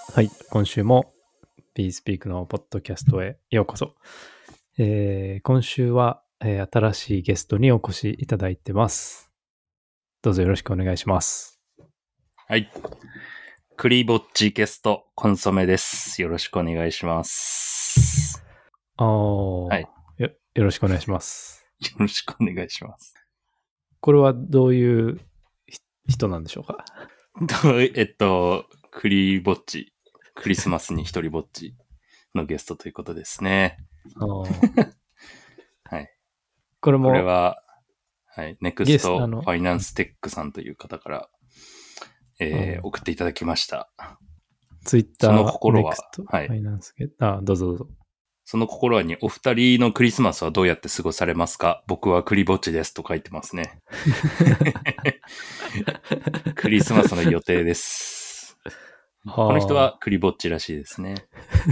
はい、今週も BeSpeak のポッドキャストへようこそ。今週は、新しいゲストにお越しいただいてます。どうぞよろしくお願いします。 はい。クリぼっちゲストコンソメです。よろしくお願いします。 はい、よろしくお願いします。 よろしくお願いします。 これはどういう人なんでしょうか？ クリぼっち、クリスマスに一人ぼっちのゲストということですね。はい。 これは、はい、ネクストファイナンステックさんという方から、送っていただきました。 ツイッターその心は、 はい。ファイナンスどうぞどうぞ。 その心はに、お二人のクリスマスはどうやって過ごされますか？僕はクリぼっちですと書いてますね。クリスマスの予定です。この人はクリぼっちらしいですね。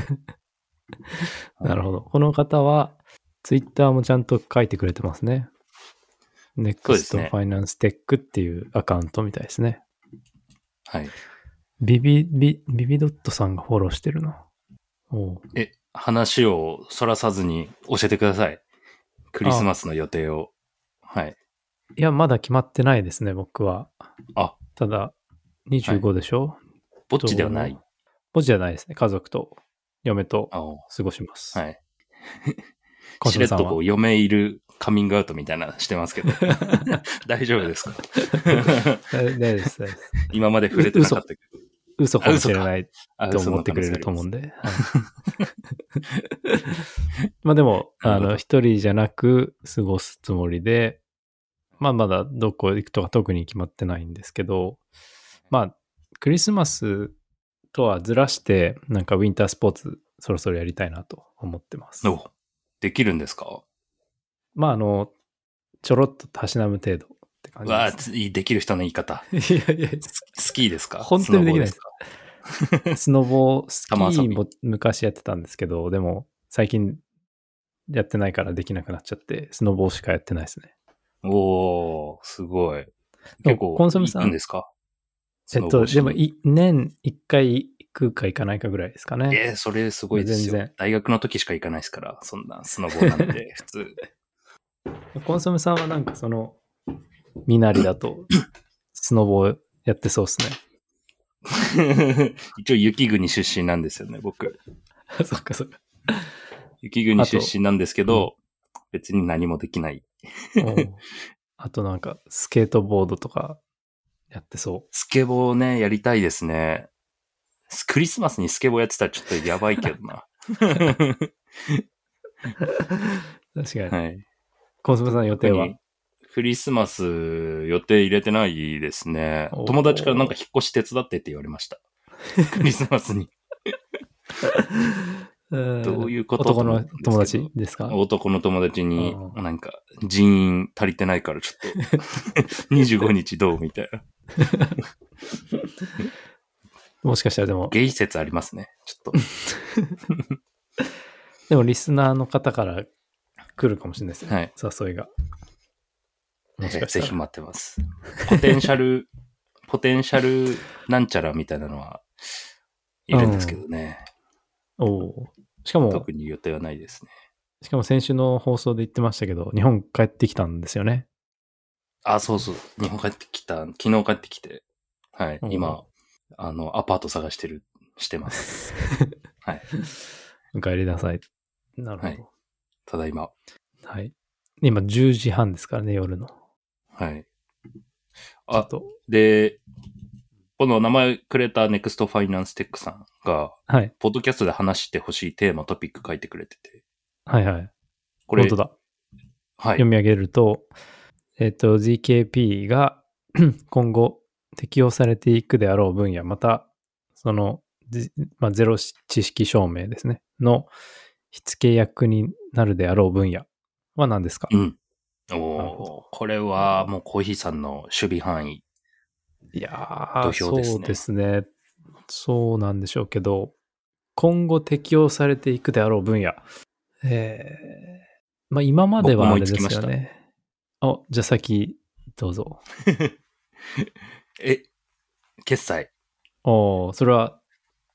なるほど。この方は、ツイッターもちゃんと書いてくれてますね。NEXT Finance Tech っていうアカウントみたいですね。 はい。 ビビドットさんがフォローしてるな。 話をそらさずに教えてください。クリスマスの予定を。はい。 いや、まだ決まってないですね、僕は。ただ、25でしょ、はい、 ぼっちではない。 ぼっちではないですね。家族と嫁と過ごします。 はい。しれっとこう、嫁いるカミングアウトみたいなのしてますけど。大丈夫ですか？ 大丈夫です。 今まで触れてなかったけど。 嘘かもしれないと思ってくれると思うんで。まあでも、一人じゃなく過ごすつもりで、まあまだどこ行くとか特に決まってないんですけど、まあ、クリスマスとはずらして、なんかウィンタースポーツそろそろやりたいなと思ってます。 できるんですか？ まあちょろっとたしなむ程度って感じですね。 できる人の言い方。 いやいやスキーですか？ 本当にできないです。スノボー、スキーも昔やってたんですけど、でも最近やってないからできなくなっちゃって、スノボーしかやってないですね。 おー、すごい。結構、 コンソメさん行くんですか？ でも年1回行くか行かないかぐらいですかね。 それすごいですよ。全然。大学の時しか行かないですから、そんなスノボーなんて普通。 コンソメさんはなんか身なりだと、スノボーやってそうですね。一応雪国出身なんですよね、僕。 そっかそっか。 雪国出身なんですけど、別に何もできない。 あとなんか、スケートボードとかやってそう。 スケボーね、やりたいですね。クリスマスにスケボーやってたらちょっとやばいけどな。 確かに。はい。コンソメさん予定は？ クリスマス予定入れてないですね。友達からなんか引っ越し手伝ってって言われました。クリスマスに。どういうこと男の友達ですか？ 男の友達に、なんか人員足りてないからちょっと25日どうみたいな。 もしかしたらでも。 ゲイ説ありますね。ちょっと。 でもリスナーの方から来るかもしれないですね。はい。誘いが。 もしかしたらぜひ待ってます。ポテンシャルなんちゃらみたいなのはいるんですけどね。 しかも、 特に予定はないですね。 しかも先週の放送で言ってましたけど、日本帰ってきたんですよね。 そうそう。日本帰ってきた。昨日帰ってきて。はい。今、アパート探してます。はい。 お帰りなさい。なるほど。はい、 ただいま。 はい。今10時半ですからね、夜の。 はい。で、この名前くれたネクストファイナンステックさんが、はい。ポッドキャストで話してほしいテーマ、トピック書いてくれてて。 はいはい。これ、本当だ。はい。読み上げると、GKP が今後適用されていくであろう分野、また、ゼロ知識証明ですね、の火付け役になるであろう分野は何ですか？ これはもうコーヒーさんの守備範囲。 いやー、そうですね。そうなんでしょうけど、今後適用されていくであろう分野。まあ今まではあれですよね。じゃあ先どうぞ。 決済。 それは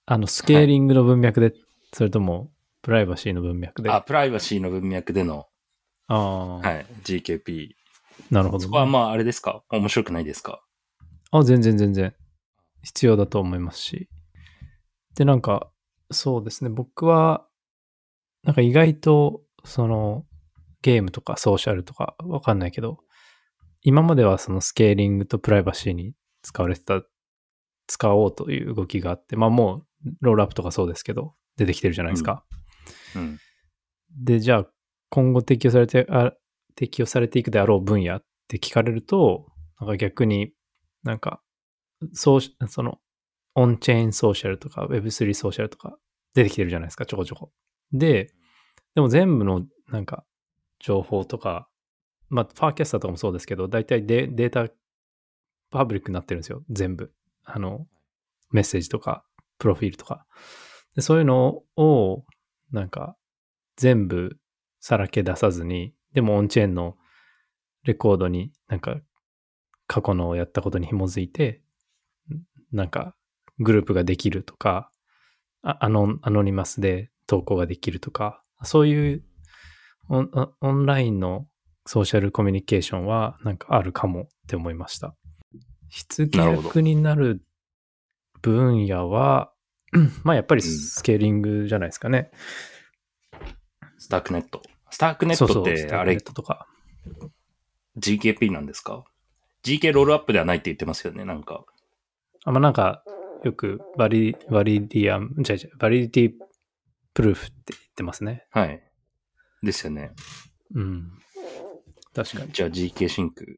スケーリングの文脈で、それとも、プライバシーの文脈で。 プライバシーの文脈での、 はい、 GKP。 なるほど、ね。 そこはまあ、あれですか？面白くないですか？ 全然。必要だと思いますし。で、なんか、そうですね。僕は、なんか意外と、ゲームとかソーシャルとかわかんないけど、今まではそのスケーリングとプライバシーに使おうという動きがあって、まあもうロールアップとかそうですけど、出てきてるじゃないですか。で、じゃあ今後適用されていくであろう分野って聞かれると、なんか逆になんか、そのオンチェーンソーシャルとか Web3 ソーシャルとか出てきてるじゃないですか、ちょこちょこ。でも全部のなんか情報とか、まあ、ファーキャスターとかもそうですけど、大体データパブリックになってるんですよ、全部。メッセージとか、プロフィールとか。でそういうのを、なんか、全部さらけ出さずに、でもオンチェーンのレコードになんか、過去のやったことに紐づいて、なんか、グループができるとか、アノニマスで投稿ができるとか、そういうオンラインのソーシャルコミュニケーションはなんかあるかもって思いました。筆記役になる分野は、まあやっぱりスケーリングじゃないですかね。 スタークネットってあれ、 とか GKP なんですか？ GK ロールアップではないって言ってますよね、なんか。 まあなんか、よくバリディティプルーフって言ってますね。 はい。ですよね。 うん。確かに。 じゃあ GK シンク。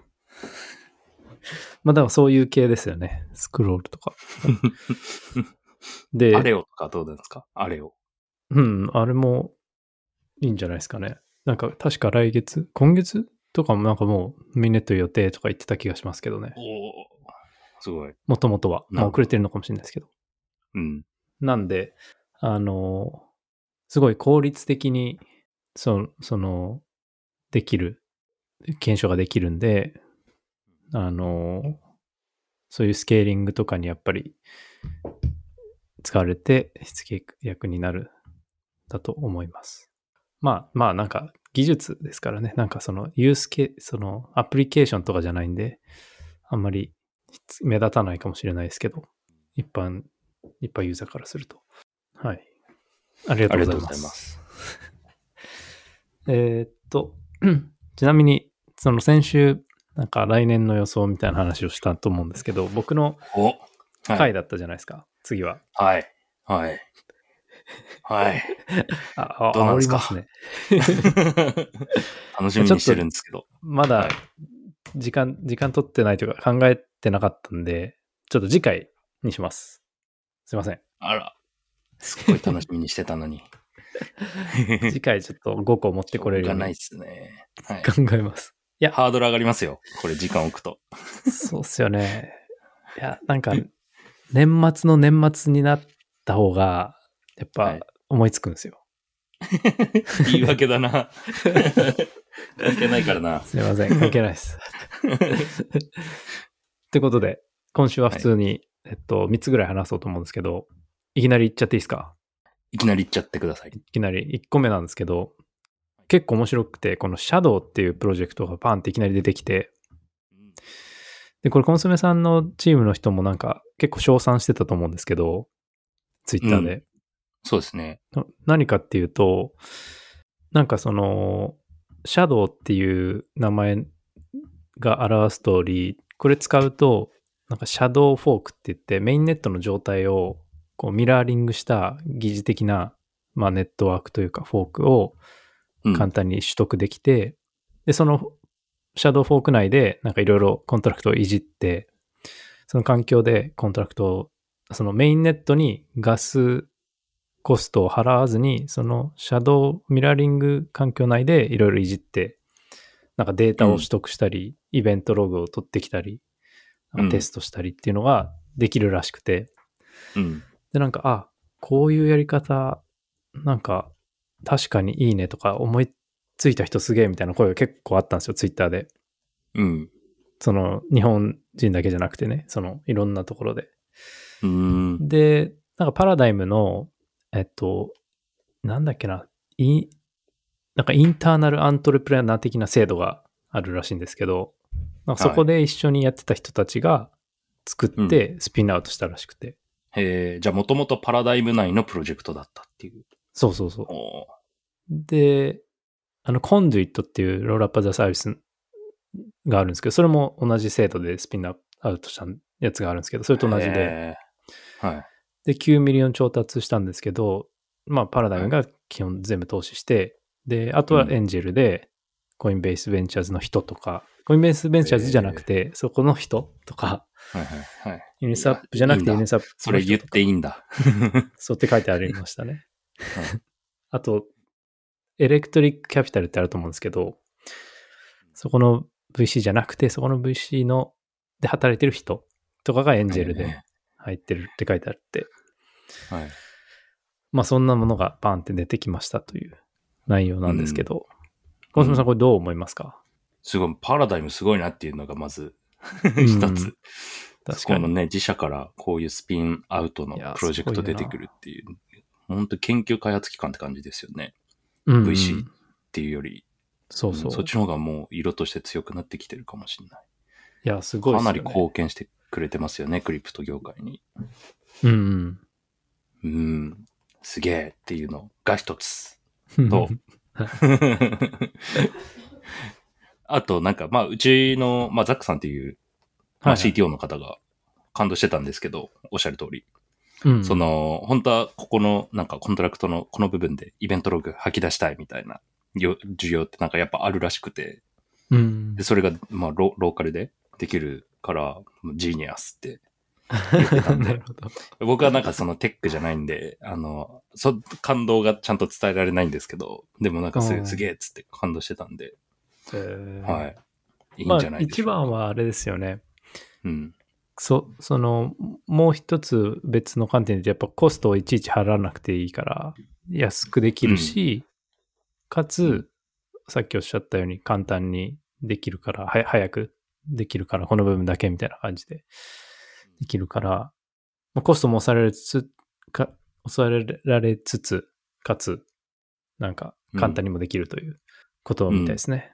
まあだからそういう系ですよね。スクロールとか。で、 アレオとかどうですか？アレオ。 うん、あれもいいんじゃないですかね。なんか確か今月とかもなんかもうミネット予定とか言ってた気がしますけどね。 すごい。 もともとは。まあ遅れてるのかもしれないですけど。なんで、すごい効率的に、できる、検証ができるんで、そういうスケーリングとかにやっぱり使われて、火付け役になる、だと思います。まあなんか技術ですからね。なんかそのアプリケーションとかじゃないんで、あんまり目立たないかもしれないですけど、一般ユーザーからすると。はい。ありがとうございます。ちなみに、その先週、なんか来年の予想みたいな話をしたと思うんですけど、僕の回だったじゃないですか、次は。 はい。 煽りますね。 楽しみにしてるんですけど。 まだ時間取ってないというか考えてなかったんで、ちょっと次回にします。すいません。 あら。すっごい楽しみにしてたのに。 次回ちょっと5個持ってこれるように。 ないですね。 はい、考えます。 いや。ハードル上がりますよ。これ時間置くと。 そうっすよね。いや、なんか、年末の年末になった方が、やっぱ思いつくんですよ。 言い訳だな。関係ないからな。 すいません。関係ないです。ってことで、今週は普通に、3つぐらい話そうと思うんですけど、いきなり言っちゃっていいですか？ いきなり言っちゃってください。 いきなり1個目なんですけど、結構面白くて、この Shadow っていうプロジェクトがパンっていきなり出てきて、で、これコンソメさんのチームの人もなんか結構称賛してたと思うんですけど、ツイッターで。 そうですね。 何かっていうと、なんかその、Shadow っていう名前が表す通り、これ使うと、なんか Shadow フォークって言って、メインネットの状態をこうミラーリングした疑似的な、まあ、ネットワークというかフォークを簡単に取得できて、で、そのシャドウフォーク内でなんかいろいろコントラクトをいじって、その環境でコントラクトを、そのメインネットにガスコストを払わずに、そのシャドウミラーリング環境内でいろいろいじって、なんかデータを取得したり、イベントログを取ってきたり、テストしたりっていうのができるらしくて、で、なんか、こういうやり方、なんか確かにいいねとか思いついた人すげえみたいな声が結構あったんですよ、ツイッターで。その日本人だけじゃなくてね、そのいろんなところで。で、 なんかパラダイムの、なんだっけな、なんかインターナルアントレプレナー的な制度があるらしいんですけど、なんかそこで一緒にやってた人たちが作ってスピンアウトしたらしくて。 じゃあもともとパラダイム内のプロジェクトだったっていう。 そうそうそう。で、コンドゥイットっていうロールアップアザーサービスがあるんですけど、それも同じ制度でスピンアウトしたやつがあるんですけど、それと同じで、 はい。 で、9ミリオン調達したんですけど、まあ、パラダイムが基本全部投資して、で、あとはエンジェルで、コインベースベンチャーズの人とか、コインベースベンチャーズじゃなくて、そこの人とか、ユニスアップじゃなくてユニスアップそれ言っていいんだ。 そうって書いてありましたね。あと、エレクトリックキャピタルってあると思うんですけど、そこの VC じゃなくて、そこの VC で働いてる人とかがエンジェルで入ってるって書いてあって、 はい。 まあそんなものがバーンって出てきましたという内容なんですけど、コンソメさんこれどう思いますか？ すごい、パラダイムすごいなっていうのがまず一つ。 確かに。 このね、自社からこういうスピンアウトのプロジェクト出てくるっていう、本当研究開発機関って感じですよね。VC っていうより、 そうそう。 そっちの方がもう色として強くなってきてるかもしれない。 いや、すごいですね。 ね。 かなり貢献してくれてますよね、クリプト業界に。すげえっていうのが一つ。と、あとなんか、まあ、うちの、まあ、ザックさんっていう、まあ、CTO の方が感動してたんですけど、おっしゃる通り。本当はここのなんかコントラクトのこの部分でイベントログ吐き出したいみたいな需要ってなんかやっぱあるらしくて、でそれがまあローカルでできるからジーニアスって言ってたんで僕はなんかそのテックじゃないんで感動がちゃんと伝えられないんですけど、でもなんかすげえっつって感動してたんで、はい、いいんじゃないでしょうか。 一番はあれですよね。 うんもう一つ別の観点でやっぱコストをいちいち払わなくていいから安くできるし、かつ、さっきおっしゃったように簡単にできるから、早くできるから、この部分だけみたいな感じでできるから、コストも抑えられつつ、かつ、なんか簡単にもできるということみたいですね。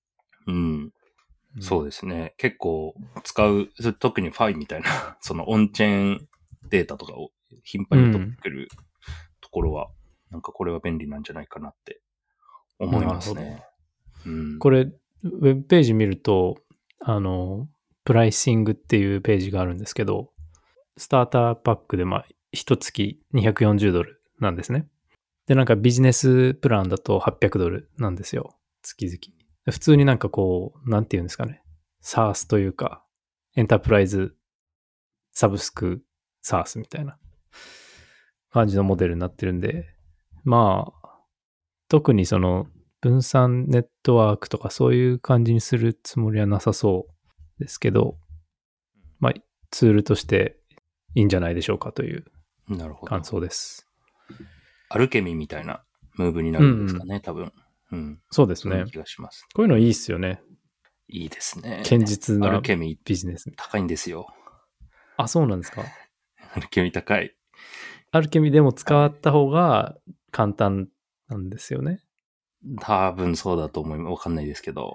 そうですね。結構使う、特にファイみたいな、そのオンチェーンデータとかを頻繁に取ってくるところは、なんかこれは便利なんじゃないかなって思いますね。 これ、ウェブページ見ると、プライシングっていうページがあるんですけど、スターターパックで一月$240なんですね。で、なんかビジネスプランだと$800なんですよ。月々。普通になんかこう、なんていうんですかね。SaaS というか、エンタープライズサブスク SaaS みたいな感じのモデルになってるんで、まあ、特にその分散ネットワークとかそういう感じにするつもりはなさそうですけど、まあ、ツールとしていいんじゃないでしょうかという感想です。 アルケミみたいなムーブになるんですかね、多分。 そうですね。 気がします。 こういうのいいっすよね。 いいですね。 堅実なアルケミビジネス。 高いんですよ。 あ、そうなんですか。 アルケミ高い。 アルケミでも使った方が簡単なんですよね。 多分そうだとわかんないですけど。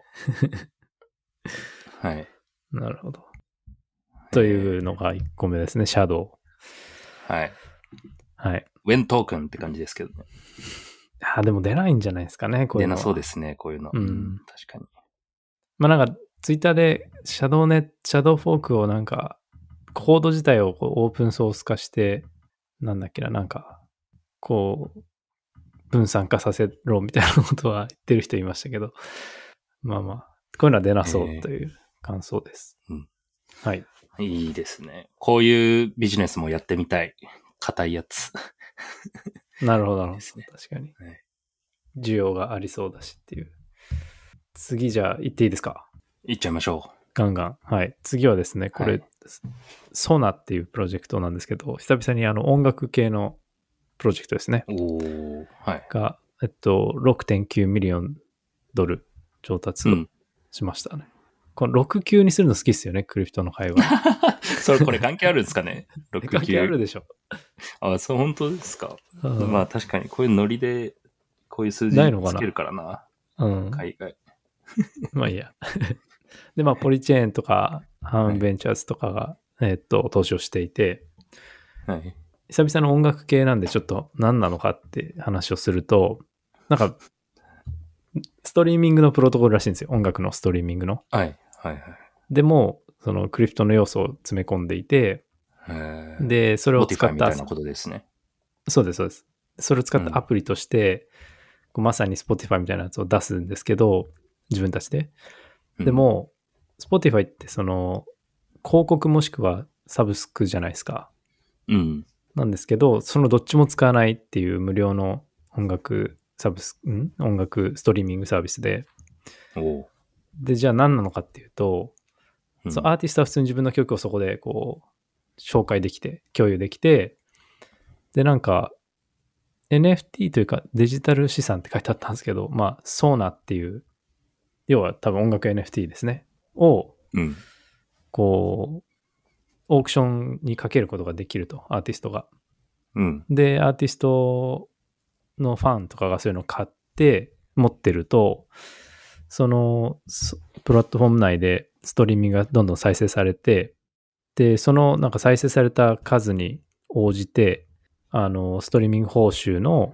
はい。 なるほど。というのが1個目ですね、シャドウ。はい。 はい。 ウェントークンって感じですけどね。 でも出ないんじゃないですかね、こういうのは。 出なそうですね、こういうの。確かに。 まあなんか、ツイッターでシャドウフォークをなんか、コード自体をオープンソース化して、なんだっけな、なんか、こう、分散化させろみたいなことは言ってる人いましたけど、まあまあ、こういうのは出なそうという感想です。はい。 いいですね。こういうビジネスもやってみたい。硬いやつ。 なるほど、なるほど。確かに。需要がありそうだしっていう。次じゃあ行っていいですか？ 行っちゃいましょう。 ガンガン。はい。次はですね、これ、ソナっていうプロジェクトなんですけど、久々に音楽系のプロジェクトですね。が、$6.9 ミリオン調達しましたね。 この6級にするの好きっすよね、クリプトの会話。 これ関係あるんですかね ?6 級。 関係あるでしょ。 そう、本当ですか。 うん、 まあ確かに、こういうノリで、こういう数字つけるからな。 うん。 海外。 まあいいや。で、まあ、ポリチェーンとか、ハームベンチャーズとかが、投資をしていて、 はい。 久々の音楽系なんでちょっと何なのかって話をすると、なんか、ストリーミングのプロトコルらしいんですよ。音楽のストリーミングの。 はい。はい。はい。 でも、そのクリプトの要素を詰め込んでいて、で、それを使った、 みたいなことですね。 そうです、そうです。それを使ったアプリとして、まさに Spotify みたいなやつを出すんですけど、自分たちで。でも、Spotify ってその、広告もしくはサブスクじゃないですか。 うん。 なんですけど、そのどっちも使わないっていう無料の音楽音楽ストリーミングサービスで。で、じゃあ何なのかっていうと、そうアーティストは普通に自分の曲をそこでこう、紹介できて、共有できて、で、なんか、NFT というかデジタル資産って書いてあったんですけど、まあ、ソーナっていう、要は多分音楽 NFT ですね。を、こう、オークションにかけることができると、アーティストが。で、アーティストのファンとかがそういうのを買って持ってると、そのプラットフォーム内でストリーミングがどんどん再生されて、で、そのなんか再生された数に応じて、ストリーミング報酬の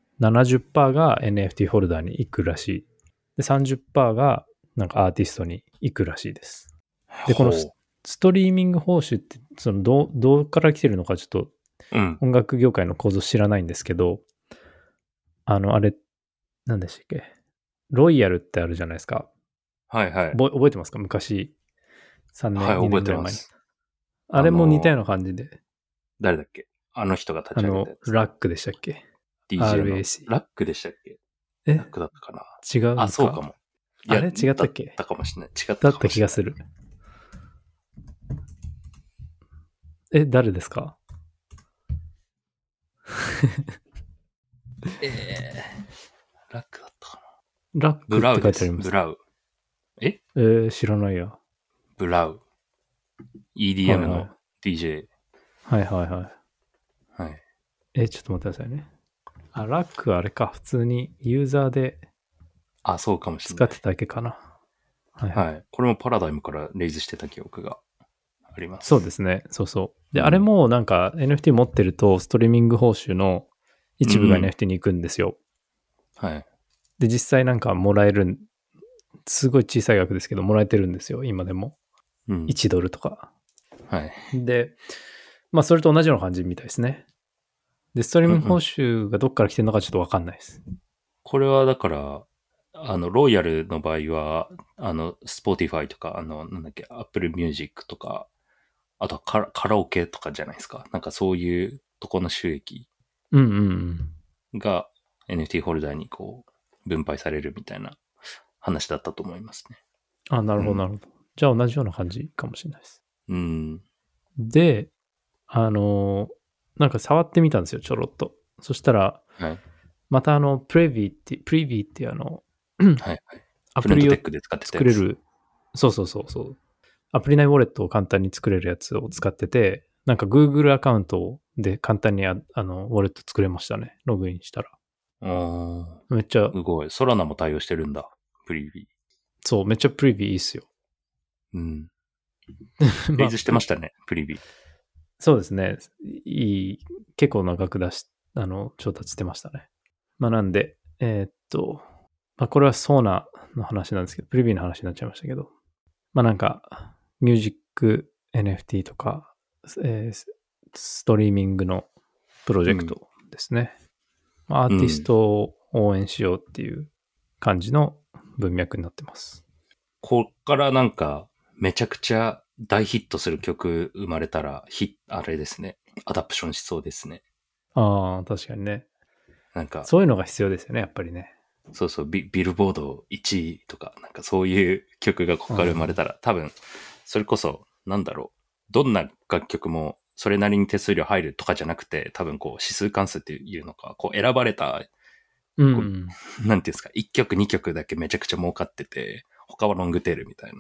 70%が NFT ホルダーに行くらしい。で、30%がなんかアーティストに行くらしいです。で、このストリーミング報酬って、そのどうから来てるのかちょっと音楽業界の構造知らないんですけど、あれ、何でしたっけ？ロイヤルってあるじゃないですか。 はいはい。 覚えてますか？昔、3年、2年ぐらい前に。あれも似たような感じで。 誰だっけ？あの人が立ち上げたやつ。 ラックでしたっけ？ DJ の。 RAC。 ラックでしたっけ？ラックだったかな？ 違うのか。 そうかも。 あれ違ったっけ？ だったかもしれない。違っただった気がする。誰ですか？ ラックだったかな。ラックって書いてあります。 ブラウ。 知らないや。 ブラウ。EDM の DJ。 はいはいはい。 はい。 ちょっと待ってくださいね。ラックはあれか。普通にユーザーでそうかもしれない。 使ってただけかな。 はい。これもパラダイムからレイズしてた記憶があります。 そうですね。そうそう。で、あれもなんか NFT 持ってるとストリーミング報酬の一部が NFT に行くんですよ。 はい。 で、実際なんかもらえる、すごい小さい額ですけど、もらえてるんですよ。今でも。1ドルとか。 はい。 で、まあそれと同じような感じみたいですね。で、ストリーミング報酬がどっから来てるのかちょっとわかんないです。 これはだから、ロイヤルの場合は、Spotify とか、なんだっけ、Apple Music とか、あとはカラオケとかじゃないですか。なんかそういうとこの収益が NFT ホルダーにこう、分配されるみたいな話だったと思いますね。 なるほど、なるほど。じゃあ同じような感じかもしれないです。で、なんか触ってみたんですよ、ちょろっと。そしたら、またプレビーっていうアプリを作れる、そう。アプリ内ウォレットを簡単に作れるやつを使ってて、なんか Google アカウントで簡単にウォレット作れましたね。ログインしたら。めっちゃ。 すごい。ソラナも対応してるんだ。プリビー。 そう、めっちゃプリビーいいっすよ。 レイズしてましたね、プリビー。 そうですね。結構な額調達してましたね。まあなんで、これはソーナの話なんですけど、プリビーの話になっちゃいましたけど、まあなんか、ミュージック NFT とか、ストリーミングのプロジェクトですね。アーティストを応援しようっていう感じの文脈になってます。 こっからなんか、めちゃくちゃ大ヒットする曲生まれたら、あれですね。アダプションしそうですね。 確かにね。 なんか、 そういうのが必要ですよね、やっぱりね。 そうそう、ビルボード1位とか、なんかそういう曲がここから生まれたら、多分、それこそ、なんだろう。どんな楽曲も、それなりに手数料入るとかじゃなくて、多分こう、指数関数っていうのか、こう、選ばれた、なんていうんですか、1曲2曲だけめちゃくちゃ儲かってて、他はロングテールみたいな。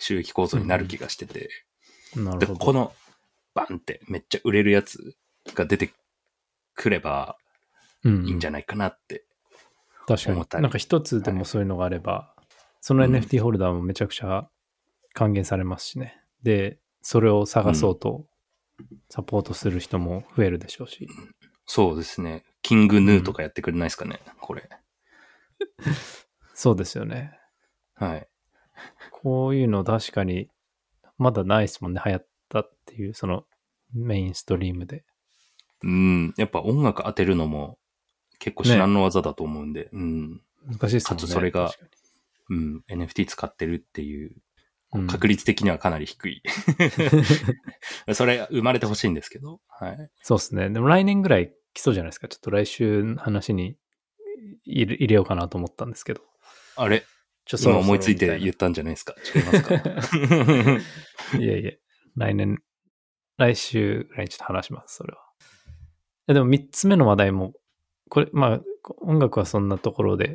収益構造になる気がしてて。 なるほど。 で、このバンってめっちゃ売れるやつが出てくればいいんじゃないかなって確かに。 思ったり。 なんか一つでもそういうのがあれば、その NFT ホルダーもめちゃくちゃ還元されますしね。で、それを探そうとサポートする人も増えるでしょうし。 そうですね。キングヌーとかやってくれないですかね、これ。 そうですよね。 はい。 こういうの確かに、まだないですもんね、流行ったっていう、そのメインストリームで。 やっぱ音楽当てるのも結構至難の技だと思うんで、 難しいですかもんね。 つそれが確か NFT 使ってるっていうに確率的にはかなり低い。それ生まれてほしいんですけど。はい。 そうですね。でも来年ぐらい来そうじゃないですか。ちょっと来週話に入れようかなと思ったんですけど。 あれ今思いついて言ったんじゃないですか。違いますかいやいや、来週ぐらいにちょっと話します、それは。でも3つ目の話題も、これ、まあ、音楽はそんなところで、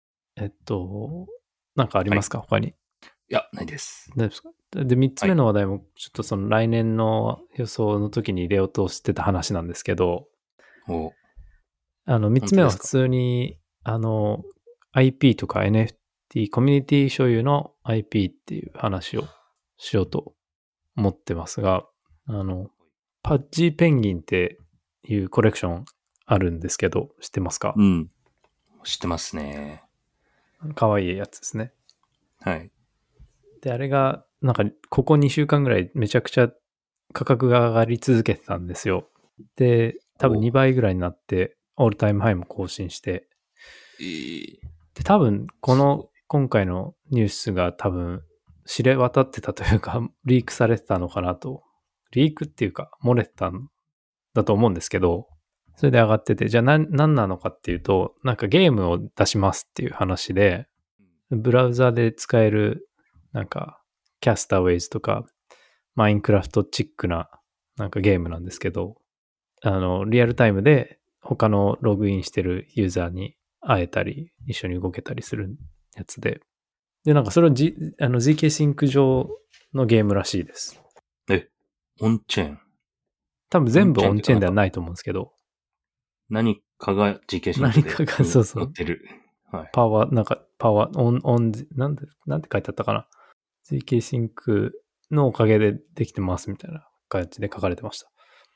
なんかありますか、他に。 いや、ないです。 大丈夫ですか。で、3つ目の話題も、ちょっとその来年の予想の時に入れようとしてた話なんですけど、3つ目は普通に、IP とか NFT、コミュニティ所有の IP っていう話をしようと思ってますが、パッジペンギンっていうコレクションあるんですけど、知ってますか？ 知ってますね。 かわいいやつですね。 はい。 で、あれが、なんか、ここ2週間ぐらいめちゃくちゃ価格が上がり続けてたんですよ。で、多分2倍ぐらいになって、オールタイムハイも更新して。で、多分、今回のニュースが多分、知れ渡ってたというか、リークされてたのかなと。リークっていうか、漏れてたんだと思うんですけど、それで上がってて、じゃあ何なのかっていうと、なんかゲームを出しますっていう話で、ブラウザで使える、なんか、キャスターウェイズとか、マインクラフトチックな、なんかゲームなんですけど、リアルタイムで他のログインしてるユーザーに会えたり、一緒に動けたりするやつで、で、なんかそれは、ZK シンク上のゲームらしいです。 オンチェーン。 多分全部オンチェーンではないと思うんですけど。 何かが GK シンクで載ってる。はい。 パワー、なんて書いてあったかな。GK シンクのおかげでできてますみたいな感じで書かれてました。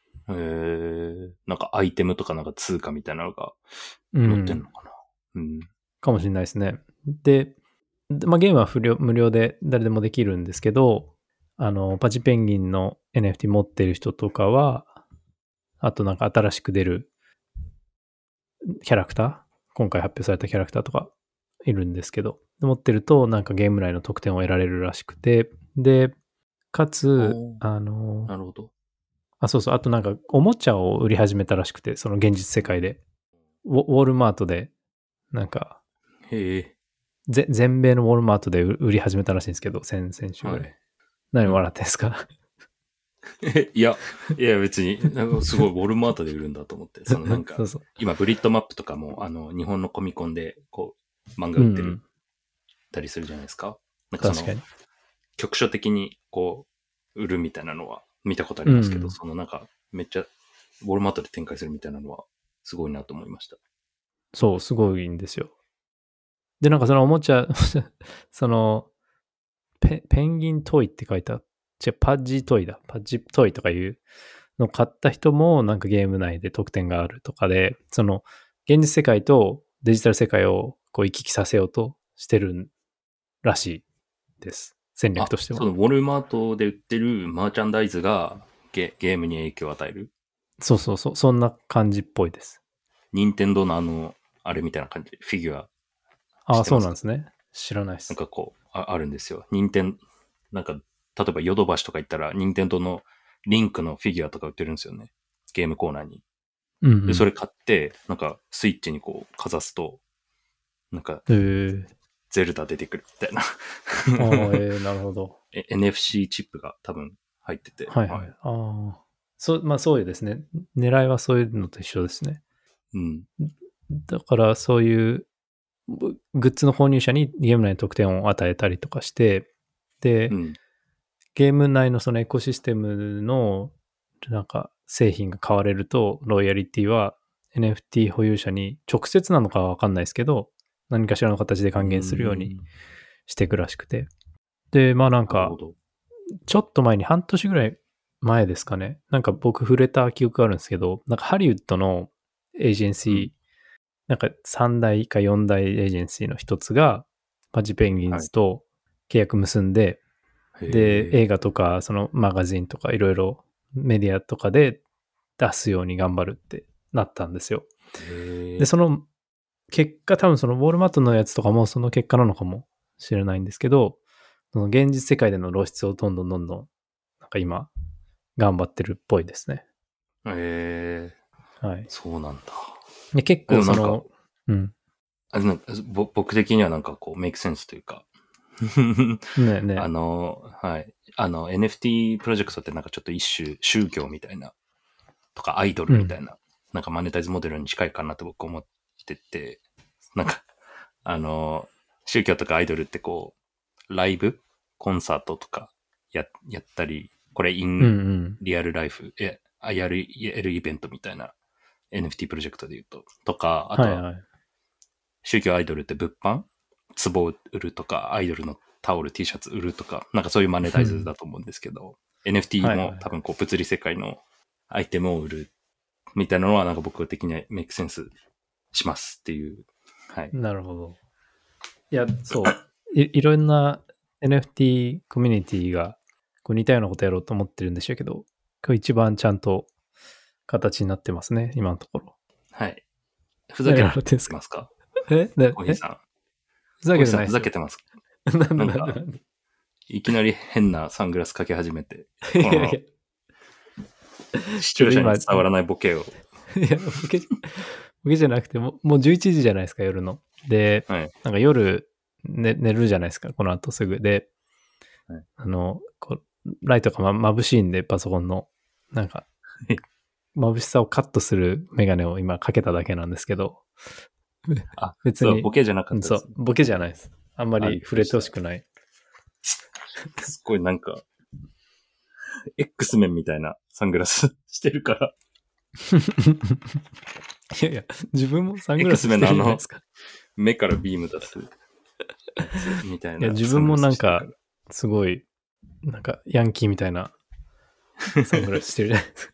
なんかアイテムとかなんか通貨みたいなのが載ってんのかな。 かもしれないですね。で、まあ、ゲームは無料で誰でもできるんですけど、パチペンギンの NFT 持ってる人とかは、あとなんか新しく出るキャラクター、今回発表されたキャラクターとかいるんですけど、持ってるとなんかゲーム内の得点を得られるらしくて、で、かつ、 なるほど。 そうそう、あとなんかおもちゃを売り始めたらしくて、その現実世界で。ウォールマートで、なんか、全米のウォールマートで売り始めたらしいんですけど、先週ぐらい。何笑ってんすか？ いや、別に、すごいウォルマートで売るんだと思って、そのなんか、 そうそう今ブリッドマップとかも、日本のコミコンで、こう、漫画売ってる、たりするじゃないですか。なんかその、局所的に、こう、売るみたいなのは見たことありますけど、そのなんか、めっちゃ、ウォルマートで展開するみたいなのは、すごいなと思いました。 そう、すごいんですよ。で、なんかそのおもちゃ、その、ペンギントイって書いた、パッジトイだ。パッジトイとかいうのを買った人もなんかゲーム内で得点があるとかで、その現実世界とデジタル世界をこう行き来させようとしてるらしいです。戦略としては。 そのウォルマートで売ってるマーチャンダイズがゲームに影響を与える？ そうそうそう。そんな感じっぽいです。 任天堂のあれみたいな感じでフィギュア。 そうなんですね。知らないです。 なんかこう、あるんですよ。なんか、例えばヨドバシとか行ったら、任天堂のリンクのフィギュアとか売ってるんですよね。ゲームコーナーに。で、それ買って、なんかスイッチにこうかざすと、なんか、ゼルダ出てくるみたいな。 なるほど。 NFC チップが多分入ってて。 はいはい。そういうですね。狙いはそういうのと一緒ですね。だからそういうグッズの購入者にゲーム内の得点を与えたりとかして、 で、 うん。 ゲーム内のそのエコシステムのなんか製品が買われると、ロイヤリティは NFT 保有者に直接なのかはわかんないですけど、何かしらの形で還元するようにしていくらしくて。で、まあなんか、 なるほど。 ちょっと前に半年ぐらい前ですかね。なんか僕触れた記憶があるんですけど、なんかハリウッドのエージェンシー、なんか3大か4大エージェンシーの一つが、マジペンギンズと契約結んで、で、映画とか、そのマガジンとかいろいろメディアとかで出すように頑張るってなったんですよ。で、その結果、多分そのウォールマットのやつとかもその結果なのかもしれないんですけど、その現実世界での露出をどんどん、なんか今、頑張ってるっぽいですね。はい。 そうなんだ。 で結構その、 僕的にはなんかこう、メイクセンスというか、 ね。 はい。NFT プロジェクトってなんかちょっと一種宗教みたいな、とかアイドルみたいな、なんかマネタイズモデルに近いかなと僕思ってて、なんか、宗教とかアイドルってこう、ライブコンサートとかやったり、これインリアルライフ、やるイベントみたいな NFT プロジェクトで言うと、とか、あとは、宗教アイドルって物販壺を売るとか、アイドルのタオル、T シャツ売るとか、なんかそういうマネタイズだと思うんですけど、NFT も多分こう物理世界のアイテムを売るみたいなのはなんか僕的にはメイクセンスしますっていう。はい。 なるほど。いや、そう。いろんな NFT コミュニティがこう似たようなことやろうと思ってるんでしょうけど、これ一番ちゃんと形になってますね、今のところ。 はい。ふざけてますか？コーヒーさん。 ふざけてないですよ。 ふざけてますか？ なんかいきなり変なサングラスかけ始めて、 いやいや視聴者に伝わらないボケを。 いや、ボケじゃなくてもう11時じゃないですか、夜の。で、 はい、 なんか夜、寝るじゃないですか、この後すぐ。で、 はい、 ライトが眩しいんで、パソコンの。なんか、眩しさをカットするメガネを今かけただけなんですけど。別に。 ボケじゃなかったです、 そう、ボケじゃないです。あんまり触れてほしくない。 すっごいなんか、X メンみたいなサングラスしてるから。 いやいや、自分もサングラスしてるじゃないですか。 目からビーム出す。みたいな。 いや、自分もなんか、すごい、なんか、ヤンキーみたいなサングラスしてるじゃないですか。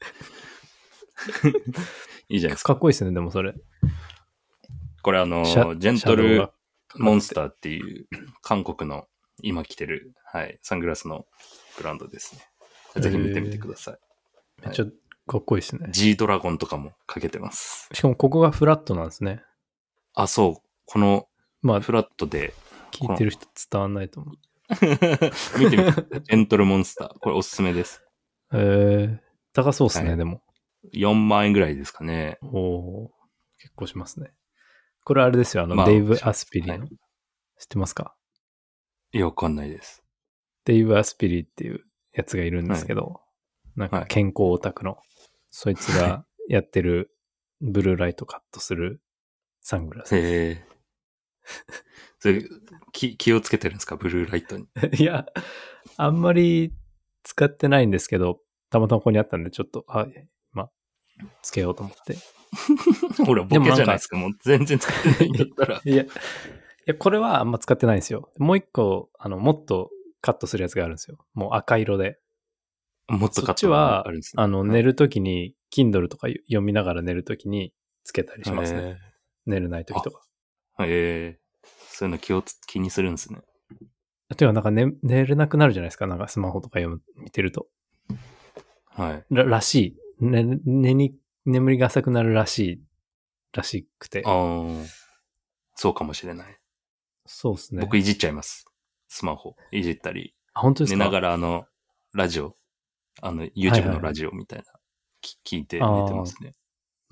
いいじゃないですか。 かっこいいですね、でもそれ。 これジェントルモンスターっていう韓国の今着てる、はい、サングラスのブランドですね。ぜひ見てみてください。 めっちゃかっこいいですね。 G ドラゴンとかもかけてます。 しかもここがフラットなんですね。 あ、そう。このフラットで。 聞いてる人伝わんないと思う。 見てみて。ジェントルモンスター。これおすすめです。 高そうですね、でも。 4万円ぐらいですかね。 結構しますね。これあれですよ、デイブ・アスピリの。知ってますか？ いや、わかんないです。 デイブ・アスピリっていうやつがいるんですけど、なんか健康オタクの、そいつがやってるブルーライトカットするサングラスです。 それ気をつけてるんですか？ブルーライトに。 いや、あんまり使ってないんですけど、たまたまここにあったんで、ちょっと、つけようと思って。 ほら、ボケじゃないですか。もう全然使ってないんだったら。 いや、これはあんま使ってないんですよ。もう一個、もっとカットするやつがあるんですよ。もう赤色で。 もっとカットそっちは、寝るときに、Kindle とか読みながら寝るときにつけたりしますね。寝れないときとか。 そういうの気にするんですね。 てか、なんか寝れなくなるじゃないですか。なんかスマホとか見てると。 はい。 らしい。眠りが浅くなるらしくて。 そうかもしれない。 そうですね。 僕いじっちゃいます。スマホいじったり。 本当ですか？ 寝ながらラジオ、YouTube のラジオみたいな、聞いて寝てますね。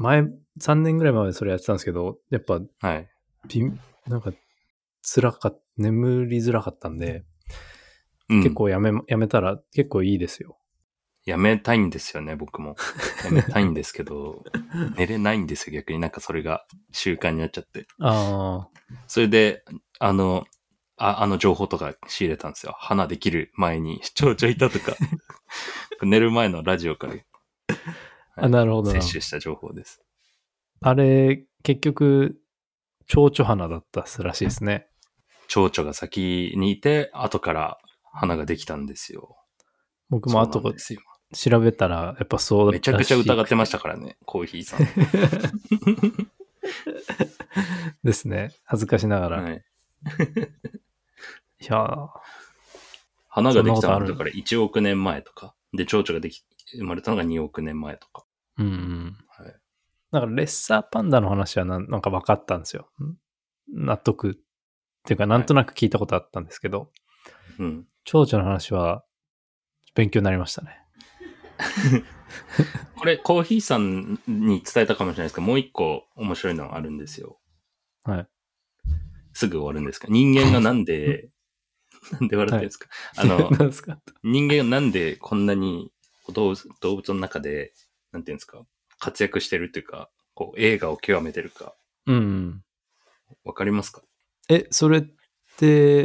3年ぐらい前までそれやってたんですけど、やっぱ、 はい。 なんか、眠りづらかったんで、結構やめたら結構いいですよ。 やめたいんですよね、僕も。やめたいんですけど、寝れないんですよ、逆になんかそれが習慣になっちゃって。それで、 情報とか仕入れたんですよ。花できる前に蝶々いたとか、寝る前のラジオから、 あ、なるほどな。 摂取した情報です。 あれ、結局、蝶々花だったらしいですね。 蝶々が先にいて、後から花ができたんですよ。 僕も後そうなんですよ。 調べたら、やっぱそうだったらしい。 めちゃくちゃ疑ってましたからね、コーヒーさん。 ですね。恥ずかしながら。 はい。 いやー、 花ができたのそんなことあるだから1億年前とか。で、蝶々が生まれたのが2億年前とか。 うんうん。 はい。 だからレッサーパンダの話はなんか分かったんですよ。納得っていうか、なんとなく聞いたことあったんですけど、 うん。 蝶々の話は勉強になりましたね。 これ、コーヒーさんに伝えたかもしれないですけど、もう一個面白いのがあるんですよ。 はい。 すぐ終わるんですか？人間がなんで笑ってるんですか？ 何ですか？ 人間がなんでこんなに動物の中で、なんていうんですか、活躍してるというか、こう、映画を極めてるか、 うん。 わかりますか？ それって、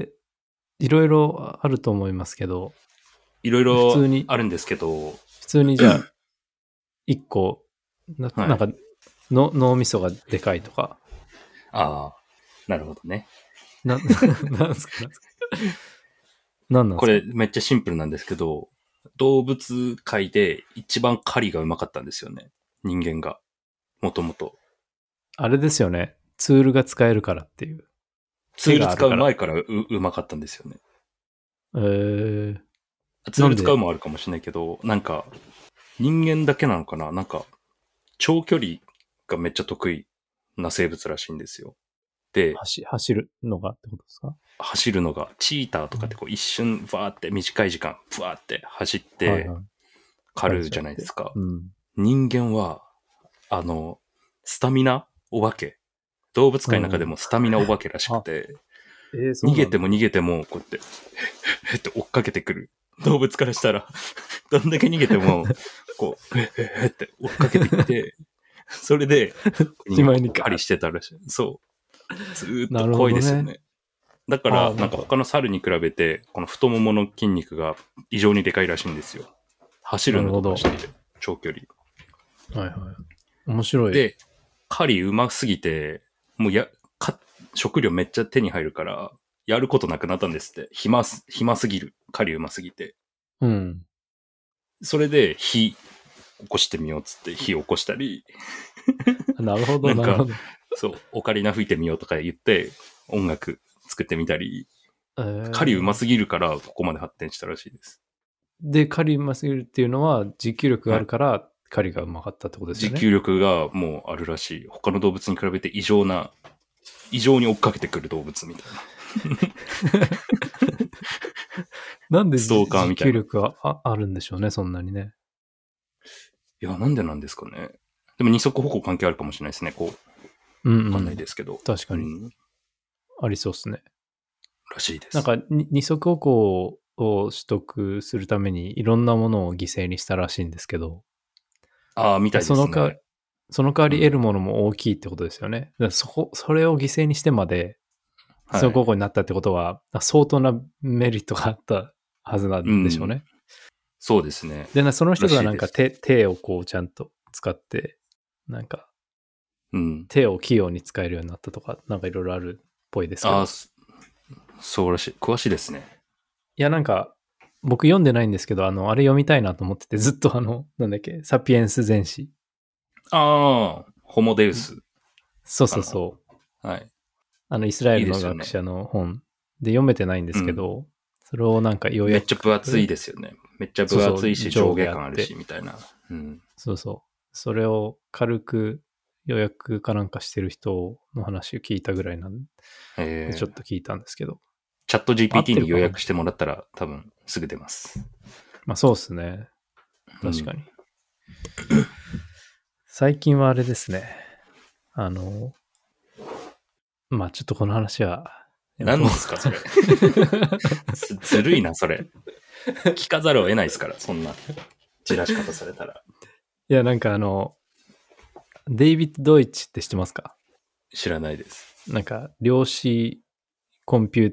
いろいろあると思いますけど、 いろい普通ろに、 あるんですけど、 普通にじゃあ、一個、なはい。 なんか脳みそがでかいとか、 ああ、なるほどね。 なんすか？なんなんですか？ これめっちゃシンプルなんですけど、動物界で一番狩りがうまかったんですよね。人間が。もともと。 あれですよね。ツールが使えるからっていう。 ツール使う手があるから。 前からうまかったんですよね。 えー、 ツール使うもあるかもしれないけど、なんか、人間だけなのかな、なんか、長距離がめっちゃ得意な生物らしいんですよ。で、 走るのがってことですか？ 走るのが、チーターとかってこう一瞬、バーって短い時間、ブワーって走ってはいはい。 狩るじゃないですか。 うん。 人間は、スタミナお化け。動物界の中でうん。 もスタミナお化けらしくて、 そうなんだ。 逃げても逃げても、こうやって、へって追っかけてくる。動物からしたら、どんだけ逃げても、こう、って追っかけてきて、それで、 しまいに狩りしてたらしい。そう。ずーっなと怖いるほどね。 ですよね。だから、なんかなんか、 他の猿に比べて、この太ももの筋肉が異常にでかいらしいんですよ。走るのとかしてて、長距離。 はいはい。面白い。 で、狩りうますぎて、もう食料めっちゃ手に入るから、やることなくなったんですって。暇すぎる。狩りうますぎて。 うん。 それで火起こしてみようっつって火起こしたり、 なるほど、 なんか、 なるほど。 そう、オカリナ吹いてみようとか言って音楽作ってみたり、狩りうますぎるからここまで発展したらしいです。 で、狩りうますぎるっていうのは、持久力があはい。 るから、狩りがうまかったってことですよね。 持久力がもうあるらしい。他の動物に比べて異常に追っかけてくる動物みたいな。 なんでストーカー持みたいな。い久力があるんでしょうね、そんなにね。 や、なんでなんですかね。でも二足歩行関係あるかもしれないですね。こう、 うんわかんないうん。 ですけど。 確かに。 うん。 ありそうですね。 らしいです。 なんか、二足歩行を取得するためにいろんなものを犠牲にしたらしいんですけど、 ああ、みたいですね。 その代わり得うん。 るものも大きいってことですよね。だからそれを犠牲にしてまで、二はい。 足歩行になったってことは、相当なメリットがあったはずなうん。 んでしょうね。 そうですね。 で、その人がなんからしいです。 手をこうちゃんと使って、なんかうん。 手を器用に使えるようになったとか、なんかいろいろあるっぽいですけああ、 ど。 そうらしい。詳しいですね。 いや、なんか、僕読んでないんですけど、あれ読みたいなと思ってて、ずっとなんだっけ、サピエンス全史。 ああ、ホモデウスそうかな。 そうそう。 はい。 イスラエいいルですよね。 の学者の本で読めてないんですけうん。 ど、それをなんかようめやっちゃ分厚いく、 ですよね。めっちゃそうそう、 分厚いし、上上下下あって、 感あるし、みたいな。うん。 そうそう。それを軽く予約かなんかしてる人の話を聞いたぐらいなんで、ちょっと聞いたんですけど。 チャット合っ GPT てるかな？ に予約してもらったら多分すぐ出ます。 まあそうっすね。 うん。 確かに。最近はあれですね。まあちょっとこの話はやめとこ何ですか、それ。ずるいな、それ。聞かざるを得ないですから、そんな、じらし方されたら。 いや、なんかデイビッド・ドイチって知ってますか？ 知らないです。 なんか、量子コンピュー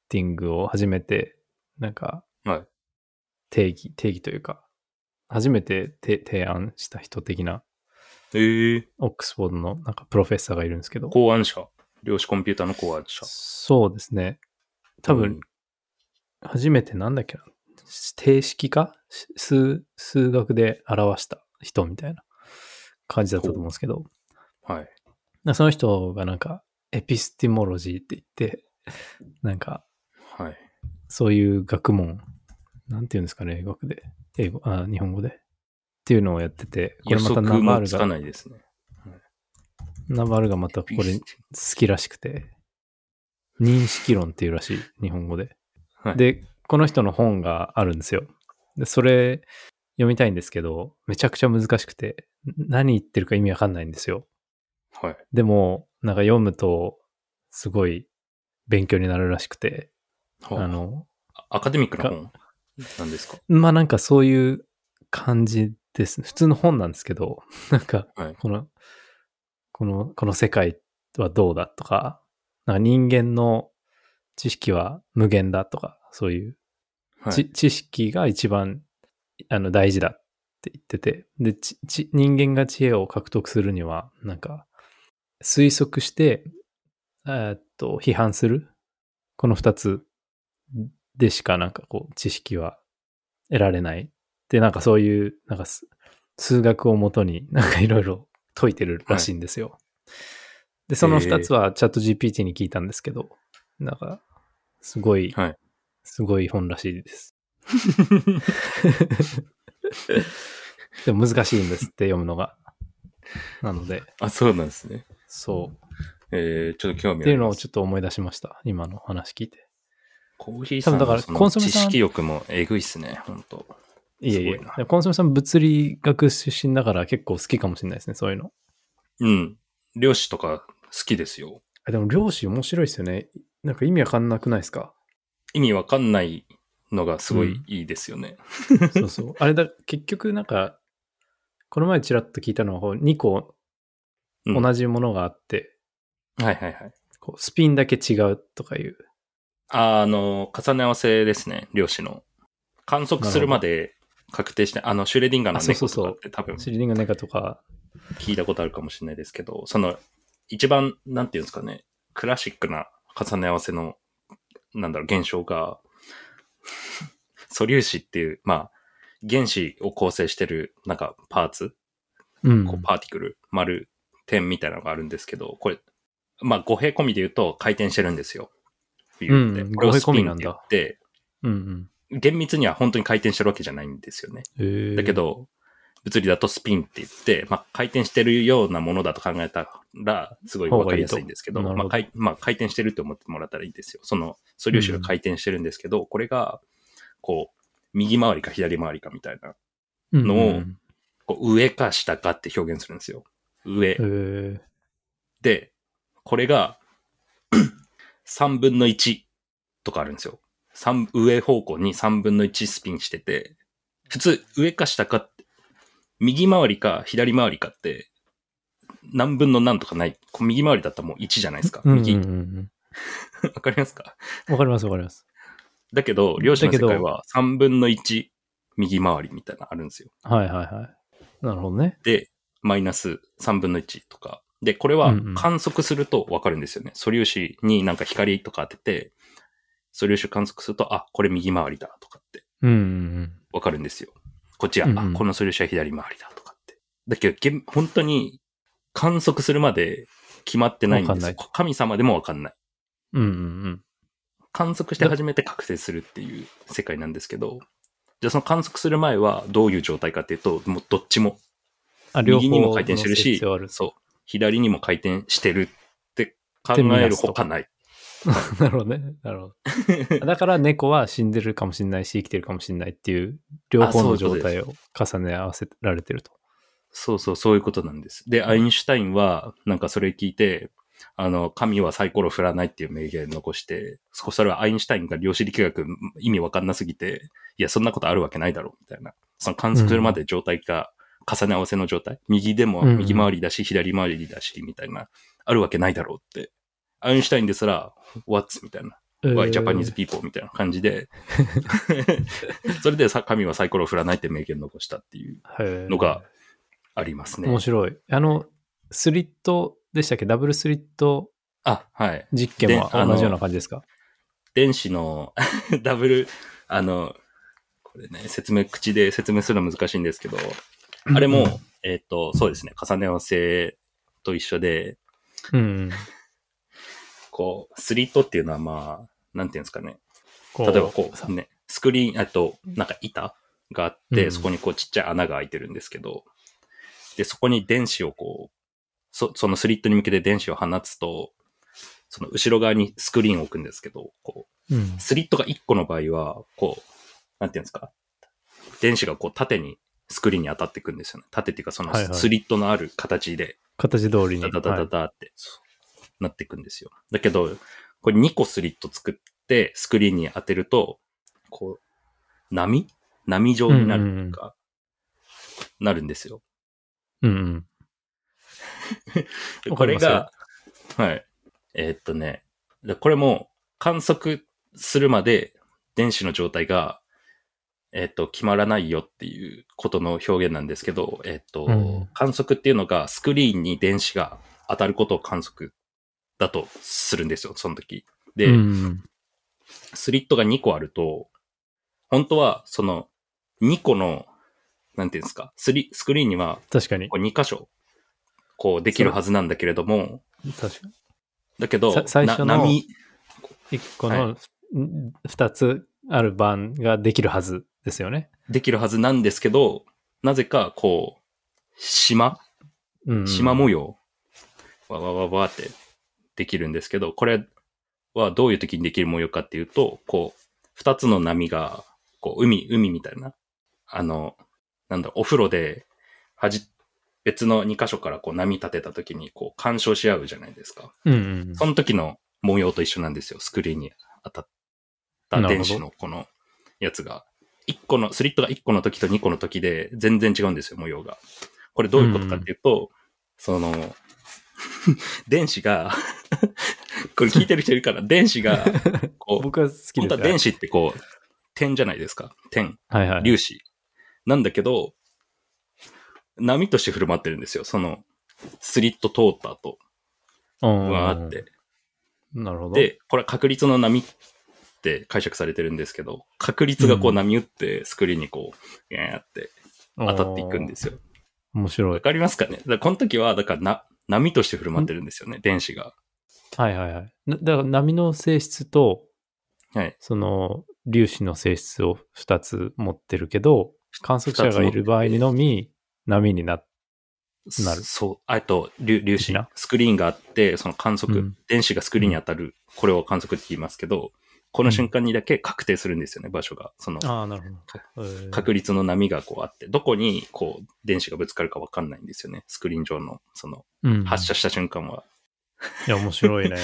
ティングを初めて、なんか、 はい。 定義というか、初めて提案した人的な、オックスフォードのなんかプロフェッサーがいるんですけど。 考案者。量子コンピューターの考案者。 そうですね。多分、初めてなんだっけな。定式か数学で表した人みたいな感じだったと思うんですけど。 はい。 その人がなんか、エピスティモロジーって言って、なんか、 はい。 そういう学問、なんていうんですかね、日本語で。っていうのをやってて、これまたナバールつかないですね。 ナバールがまたこれ好きらしくて、認識論っていうらしい、日本語で。 はい、 で、この人の本があるんですよ。で、それ読みたいんですけど、めちゃくちゃ難しくて、何言ってるか意味わかんないんですよ。 はい。 でも、なんか読むと、すごい勉強になるらしくて、 アカデミックな本なんですか？ まあなんかそういう感じです。普通の本なんですけど、なんか、この世界はどうだとか、なんか人間の知識は無限だとか、そういう、知識が一番大事だって言ってて、で、人間が知恵を獲得するには、なんか、推測して、批判する、この二つでしかなんかこう、知識は得られない。で、なんかそういう、なんか数学をもとになんかいろいろ解いてるらしいんですよ。で、その二つはチャット GPT に聞いたんですけど、なんか、すごい本らしいです。でも難しいんですって読むのが。なので。 あ、そうなんですね。 そう。 ちょっと興味あります。 っていうのをちょっと思い出しました。今の話聞いて。 コーヒーさんのその知識欲もえぐいっすね、本当。 いえいえ。コンソメさん物理学出身だから結構好きかもしれないですね、そういうの。 うん。量子とか好きですよ。 でも量子面白いですよね。なんか意味わかんなくないですか？ 意味わかんないのがすごいいいですよね。 そうそう。結局なんか、この前ちらっと聞いたのは2個同じものがあって、 はいはいはい。 こうスピンだけ違うとかいう。 重ね合わせですね、量子の。観測するまで確定して、シュレディンガーの猫とかって多分、 シュレディンガー猫とか聞いたことあるかもしれないですけど、その、一番、なんていうんですかね、クラシックな重ね合わせの、現象が、素粒子っていう、まあ、原子を構成してる、なんか、パーツ、こうパーティクル、丸、点みたいなのがあるんですけど、これ、まあ、五平込みで言うと回転してるんですよ。ビューって。これをスピンって言って、厳密には本当に回転してるわけじゃないんですよね。だけど、物理だとスピンって言って、まあ、回転してるようなものだと考えたら、すごいわかりやすいんですけど、まあ、回転してるって思ってもらったらいいですよ。その素粒子が回転してるんですけど、これが、こう、右回りか左回りかみたいなのを、こう上か下かって表現するんですよ。上。で、これが、3分の1とかあるんですよ。上方向に3分の1スピンしてて、普通上か下かって、右回りか左回りかって、何分の何とかない。右回りだったらもう1じゃないですか。右。わかりますか？ わかりますわかります。 だけど、量子の世界は3分の1右回りみたいなのあるんですよ。 はいはいはい。なるほどね。 で、マイナス3分の1とか。で、これは観測するとわかるんですよね。素粒子になんか光とか当てて、素粒子観測すると、あ、これ右回りだとかって。わかるんですよ。こっちは、あ、この素粒子は左回りだとかって。だけど、本当に観測するまで決まってないんですよ。神様でもわかんない。観測して初めて確定するっていう世界なんですけど、じゃあその観測する前はどういう状態かっていうと、もうどっちも。右にも回転してるし、そう。左にも回転してるって考えるほかない。 なるほどね。なるほど。だから猫は死んでるかもしれないし、生きてるかもしれないっていう、両方の状態を重ね合わせられてると。 そういうことなんです。で、アインシュタインは、なんかそれ聞いて、神はサイコロ振らないっていう名言残して、それはアインシュタインが量子力学意味わかんなすぎて、いや、そんなことあるわけないだろう、みたいな。その観測するまで状態が重ね合わせの状態。右でも右回りだし、左回りだし、みたいな。あるわけないだろうって。アインシュタインですら、What? みたいな。 Why Japanese people みたいな感じで、それで神はサイコロを振らないって名言を残したっていうのがありますね。 面白い。スリットでしたっけ？ダブルスリット実験は同じような感じですか？ 電子のダブル、これね、口で説明するのは難しいんですけど、あれも、そうですね、重ね合わせと一緒で、こう、スリットっていうのはまあ、なんていうんですかね。例えばこうね、スクリーン、なんか板があって、そこにこうちっちゃい穴が開いてるんですけど、で、そこに電子をこう、そのスリットに向けて電子を放つと、その後ろ側にスクリーンを置くんですけど、こう、スリットが1個の場合は、こう、なんていうんですか、電子がこう縦にスクリーンに当たっていくんですよね。縦っていうかそのスリットのある形で、 形通りに。 ダダダダって、なっていくんですよ。だけど、これ2個スリット作ってスクリーンに当てると、こう、波状になるか、なるんですよ。これが、はい。これも観測するまで電子の状態が、決まらないよっていうことの表現なんですけど、観測っていうのがスクリーンに電子が当たることを観測だとするんですよ、その時。で、スリットが2個あると、本当はその2個の、なんていうんですか、スクリーンには、 確かに。 2箇所、こうできるはずなんだけれども、 確かに。 だけど、 最初の1個の2つある番ができるはずですよね。 できるはずなんですけど、なぜかこう、縞模様、わってできるんですけど、これはどういう時にできる模様かっていうと、こう、2つの波が、こう、海みたいな、お風呂で、別の2箇所からこう波立てた時にこう干渉し合うじゃないですか。その時の模様と一緒なんですよ。スクリーンに当たった電子のこのやつが。スリットが1個の時と2個の時で全然違うんですよ、模様が。これどういうことかっていうと、電子が、これ聞いてる人いるから、電子が、こう、 僕は好きです。 本当は電子ってこう、点じゃないですか。点。粒子。なんだけど、波として振る舞ってるんですよ。その、スリット通った後。わーって。 なるほど。 で、これは確率の波って解釈されてるんですけど、確率がこう波打ってスクリーンにこう、って当たっていくんですよ。 面白い。 わかりますかね？だからこの時は、だから波として振る舞ってるんですよね、電子が。 はいはいはい。だから波の性質と、 はい。 その粒子の性質を2つ持ってるけど、観測者がいる場合にのみ波になる。 そう。粒子。スクリーンがあって、その観測、電子がスクリーンに当たる、これを観測って言いますけど、この瞬間にだけ確定するんですよね、場所が。その、 なるほど。 確率の波がこうあって、どこにこう電子がぶつかるかわかんないんですよね。スクリーン上の、その、発射した瞬間は。 いや、面白いね。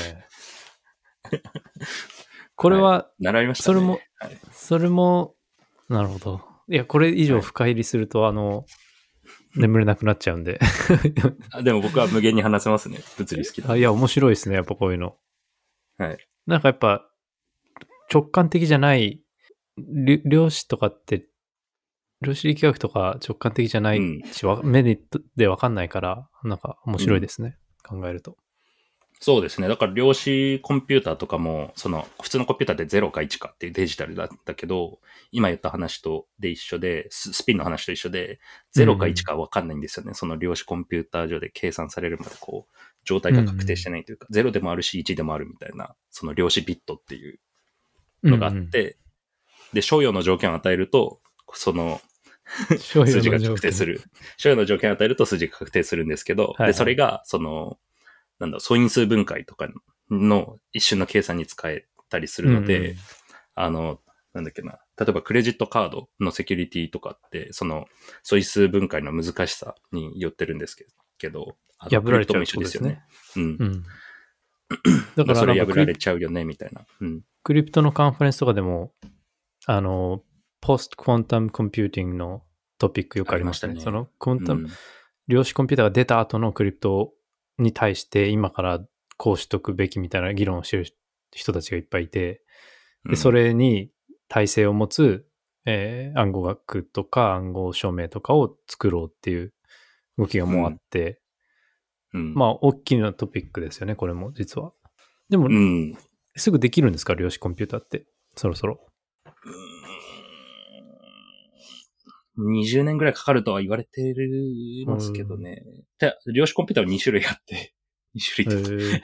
これは、 習いましたね。 それも、なるほど。いや、これ以上深入りすると、眠れなくなっちゃうんで。 でも僕は無限に話せますね。物理好きだ。 いや、面白いですね、やっぱこういうの。 はい。 なんかやっぱ、直感的じゃない、量子とかって、量子力学とか直感的じゃないし、目でわかんないから、なんか面白いですね。考えると。 そうですね。だから量子コンピューターとかも、その普通のコンピューターで0か1かっていうデジタルだったけど、今言った話とで一緒で、スピンの話と一緒で、0か1かわかんないんですよね。その量子コンピューター上で計算されるまでこう、状態が確定してないというか、0でもあるし1でもあるみたいな、その量子ビットっていうのがあって、で、所要の条件を与えると、その、数字が確定する。所要の条件を与えると数字が確定するんですけど、で、それが、その、素因数分解とかの一瞬の計算に使えたりするので、なんだっけな。例えばクレジットカードのセキュリティとかって、その素因数分解の難しさによってるんですけど、 破られちゃうも一緒ですよね。 だからそれ破られちゃうよね、みたいな。 クリプトのカンファレンスとかでも、ポストクォンタムコンピューティングのトピックよくありましたね。そのクォンタム、量子コンピューターが出た後のクリプトに対して今からこうしとくべきみたいな議論をしてる人たちがいっぱいいて、 で、それに耐性を持つ、暗号学とか暗号証明とかを作ろうっていう動きがもうあって、まあ、大きなトピックですよね、これも、実は。でも、すぐできるんですか、量子コンピューターって、そろそろ。 20年ぐらいかかるとは言われてますけどね。量子コンピューターは2種類あって、2種類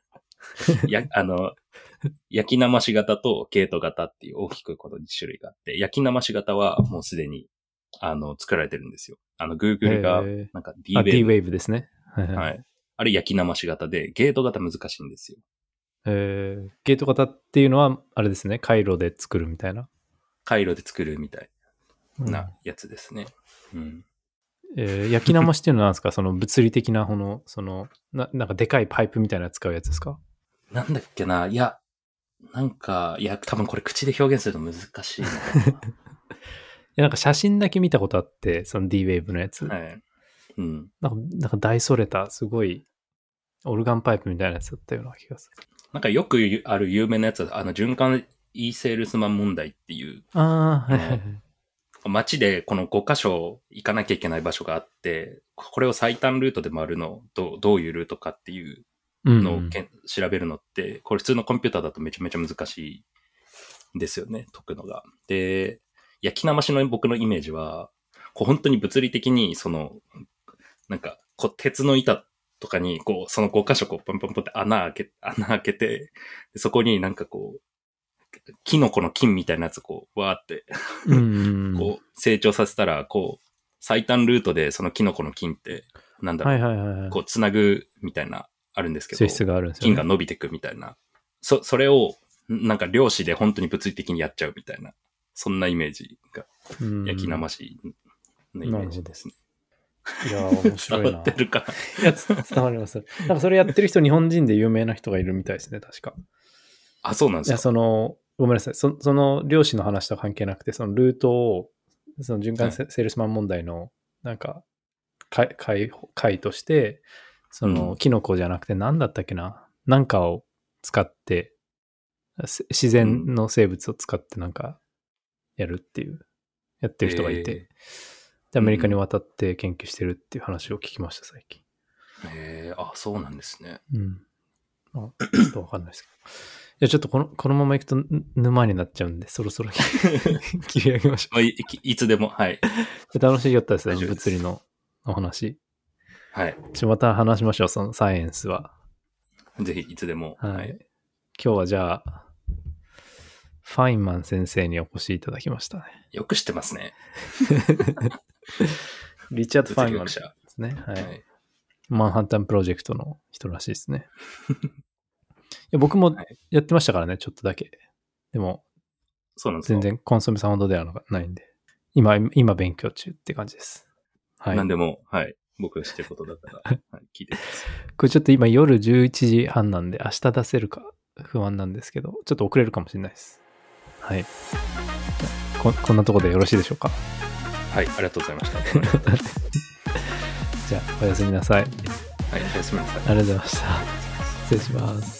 焼き生し型とゲート型っていう大きくこの2種類があって、焼き生し型はもうすでに、作られてるんですよ。Google が、なんか D-Wave ですね。 はい。あれ焼き生し型で、ゲート型難しいんですよ。 ゲート型っていうのは、あれですね、回路で作るみたいな。 回路で作るみたいなやつですね。 焼き生しっていうのは何ですか？その物理的ななんかでかいパイプみたいなの使うやつですか？ なんだっけな、多分これ口で表現すると難しいのかな。 なんか写真だけ見たことあって、その D-Wave のやつ。 はい。 なんか大それた、すごい、オルガンパイプみたいなやつだったような気がする。 なんかよくある有名なやつは、循環 E セールスマン問題っていう。街でこの5箇所行かなきゃいけない場所があって、これを最短ルートで回るの、どういうルートかっていうのを調べるのって、これ普通のコンピューターだとめちゃめちゃ難しいんですよね、解くのが。で、焼き生しの僕のイメージは、本当に物理的になんか、鉄の板とかに、その5箇所ポンポンポンって穴開けて、そこになんかキノコの菌みたいなやつわーって成長させたら、最短ルートでそのキノコの菌って、なんだろう、つなぐみたいな、あるんですけど、 性質があるんですよね。 菌が伸びてくみたいな。それを、なんか量子で本当に物理的にやっちゃうみたいな、そんなイメージが、焼き生しのイメージですね。 いや面白いな。 伝わってるかいや、伝わります。なんかそれやってる人、日本人で有名な人がいるみたいですね、確か。 あ、そうなんですか。 いや、ごめんなさい。その量子の話とは関係なくて、そのルートを、その循環セールスマン問題の、なんか、回として、キノコじゃなくて何だったっけな、なんかを使って、自然の生物を使ってなんか、やるっていう、やってる人がいて、で、アメリカに渡って研究してるっていう話を聞きました、最近。 そうなんですね。 ちょっとわかんないですけど。いや、ちょっとこのまま行くと沼になっちゃうんで、そろそろ切り上げましょう。 いつでも、はい。 楽しかったですね、物理のお話。 はい。 また話しましょう、そのサイエンスは。 ぜひ、いつでも。 はい。今日はじゃあ、ファインマン先生にお越しいただきましたね。 よく知ってますね。 リチャード・ファインマンですね。はい。マンハッタンプロジェクトの人らしいですね。いや僕もやってましたからね、ちょっとだけ。でも、全然コンソメさんほどではないんで、今勉強中って感じです。 はい。何でも、はい。僕が知ってることだったら、はい、聞いてください。 これちょっと今夜11時半なんで、明日出せるか不安なんですけど、ちょっと遅れるかもしれないです。はい。こんなところでよろしいでしょうか。 はい、ありがとうございました。 じゃあ、おやすみなさい。 はい、おやすみなさい。 ありがとうございました。失礼します。